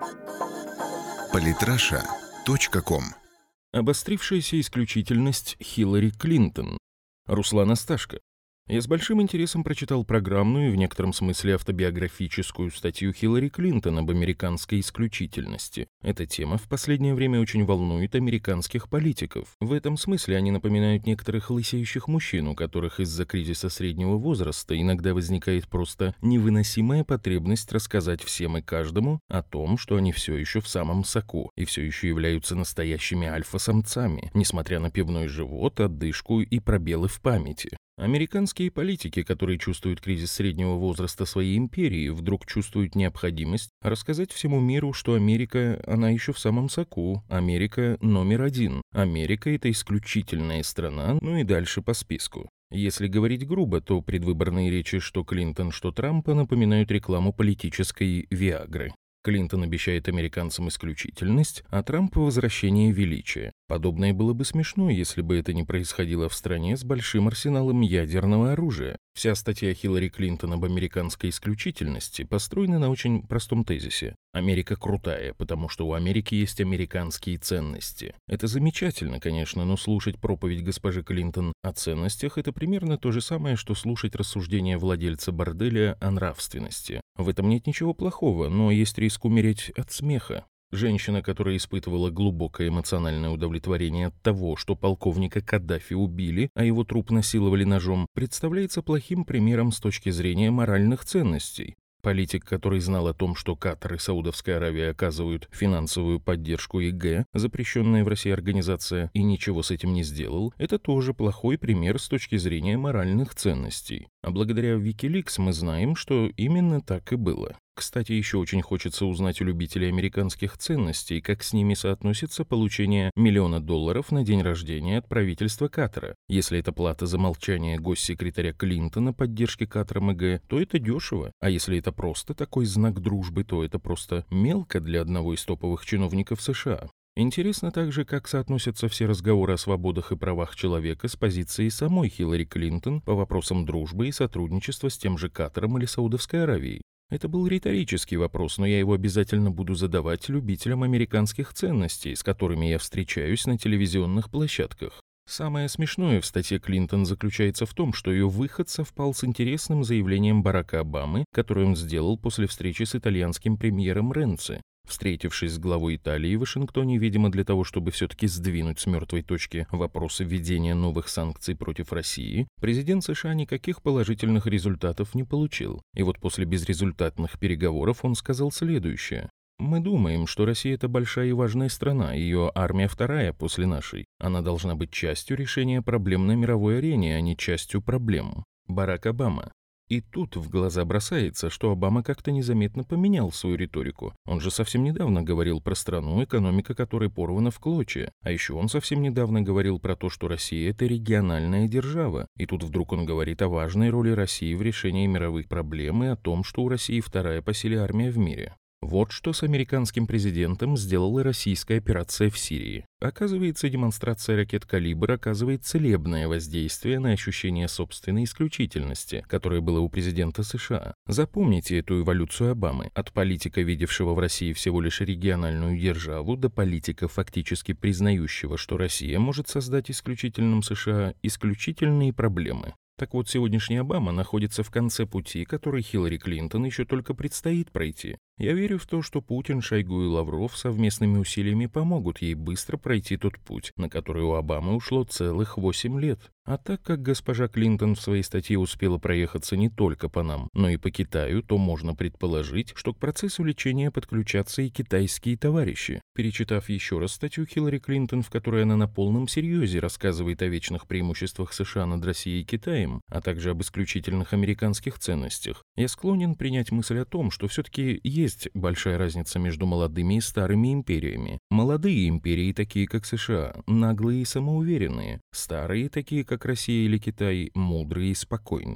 Политраша.ком. Обострившаяся исключительность Хиллари Клинтон. Руслан Асташко. Я с большим интересом прочитал программную и в некотором смысле автобиографическую статью Хиллари Клинтон об американской исключительности. Эта тема в последнее время очень волнует американских политиков. В этом смысле они напоминают некоторых лысеющих мужчин, у которых из-за кризиса среднего возраста иногда возникает просто невыносимая потребность рассказать всем и каждому о том, что они все еще в самом соку и все еще являются настоящими альфа-самцами, несмотря на пивной живот, одышку и пробелы в памяти. Американские политики, которые чувствуют кризис среднего возраста своей империи, вдруг чувствуют необходимость рассказать всему миру, что Америка, она еще в самом соку, Америка номер один, Америка — это исключительная страна, ну и дальше по списку. Если говорить грубо, то предвыборные речи что Клинтон, что Трампа напоминают рекламу политической Виагры. Клинтон обещает американцам исключительность, а Трамп — возвращение величия. Подобное было бы смешно, если бы это не происходило в стране с большим арсеналом ядерного оружия. Вся статья Хиллари Клинтон об американской исключительности построена на очень простом тезисе. Америка крутая, потому что у Америки есть американские ценности. Это замечательно, конечно, но слушать проповедь госпожи Клинтон о ценностях — это примерно то же самое, что слушать рассуждения владельца борделя о нравственности. В этом нет ничего плохого, но есть риск умереть от смеха. Женщина, которая испытывала глубокое эмоциональное удовлетворение от того, что полковника Каддафи убили, а его труп насиловали ножом, представляется плохим примером с точки зрения моральных ценностей. Политик, который знал о том, что Катар и Саудовская Аравия оказывают финансовую поддержку ИГ, запрещенная в России организация, и ничего с этим не сделал, это тоже плохой пример с точки зрения моральных ценностей. А благодаря Wikileaks мы знаем, что именно так и было. Кстати, еще очень хочется узнать у любителей американских ценностей, как с ними соотносится получение $1 миллиона на день рождения от правительства Катара. Если это плата за молчание госсекретаря Клинтона поддержки Катаром ИГ, то это дешево. А если это просто такой знак дружбы, то это просто мелко для одного из топовых чиновников США. Интересно также, как соотносятся все разговоры о свободах и правах человека с позицией самой Хиллари Клинтон по вопросам дружбы и сотрудничества с тем же Катаром или Саудовской Аравией. Это был риторический вопрос, но я его обязательно буду задавать любителям американских ценностей, с которыми я встречаюсь на телевизионных площадках. Самое смешное в статье Клинтон заключается в том, что ее выход совпал с интересным заявлением Барака Обамы, которое он сделал после встречи с итальянским премьером Ренци. Встретившись с главой Италии в Вашингтоне, видимо, для того, чтобы все-таки сдвинуть с мертвой точки вопросы введения новых санкций против России, президент США никаких положительных результатов не получил. И вот после безрезультатных переговоров он сказал следующее. «Мы думаем, что Россия — это большая и важная страна, ее армия вторая после нашей. Она должна быть частью решения проблем на мировой арене, а не частью проблем». Барак Обама. И тут в глаза бросается, что Обама как-то незаметно поменял свою риторику. Он же совсем недавно говорил про страну, экономика которой порвана в клочья. А еще он совсем недавно говорил про то, что Россия — это региональная держава. И тут вдруг он говорит о важной роли России в решении мировых проблем и о том, что у России вторая по силе армия в мире. Вот что с американским президентом сделала российская операция в Сирии. Оказывается, демонстрация ракет «Калибр» оказывает целебное воздействие на ощущение собственной исключительности, которое было у президента США. Запомните эту эволюцию Обамы. От политика, видевшего в России всего лишь региональную державу, до политика, фактически признающего, что Россия может создать исключительным США исключительные проблемы. Так вот, сегодняшний Обама находится в конце пути, который Хиллари Клинтон еще только предстоит пройти. Я верю в то, что Путин, Шойгу и Лавров совместными усилиями помогут ей быстро пройти тот путь, на который у Обамы ушло целых 8 лет. А так как госпожа Клинтон в своей статье успела проехаться не только по нам, но и по Китаю, то можно предположить, что к процессу лечения подключатся и китайские товарищи. Перечитав еще раз статью Хиллари Клинтон, в которой она на полном серьезе рассказывает о вечных преимуществах США над Россией и Китаем, а также об исключительных американских ценностях, я склонен принять мысль о том, что все-таки есть большая разница между молодыми и старыми империями. Молодые империи, такие как США, наглые и самоуверенные. Старые, такие как Россия или Китай, мудрые и спокойные.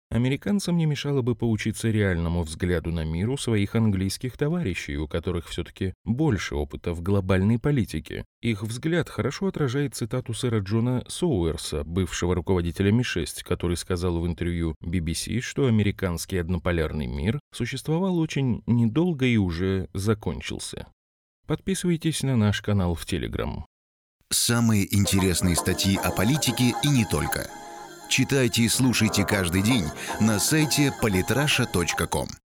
Американцам не мешало бы поучиться реальному взгляду на мир у своих английских товарищей, у которых все-таки больше опыта в глобальной политике. Их взгляд хорошо отражает цитату сэра Джона Соуэрса, бывшего руководителя Ми-6, который сказал в интервью BBC, что американский однополярный мир существовал очень недолго и уже закончился. Подписывайтесь на наш канал в Telegram. Самые интересные статьи о политике и не только. Читайте и слушайте каждый день на сайте polytrasha.com.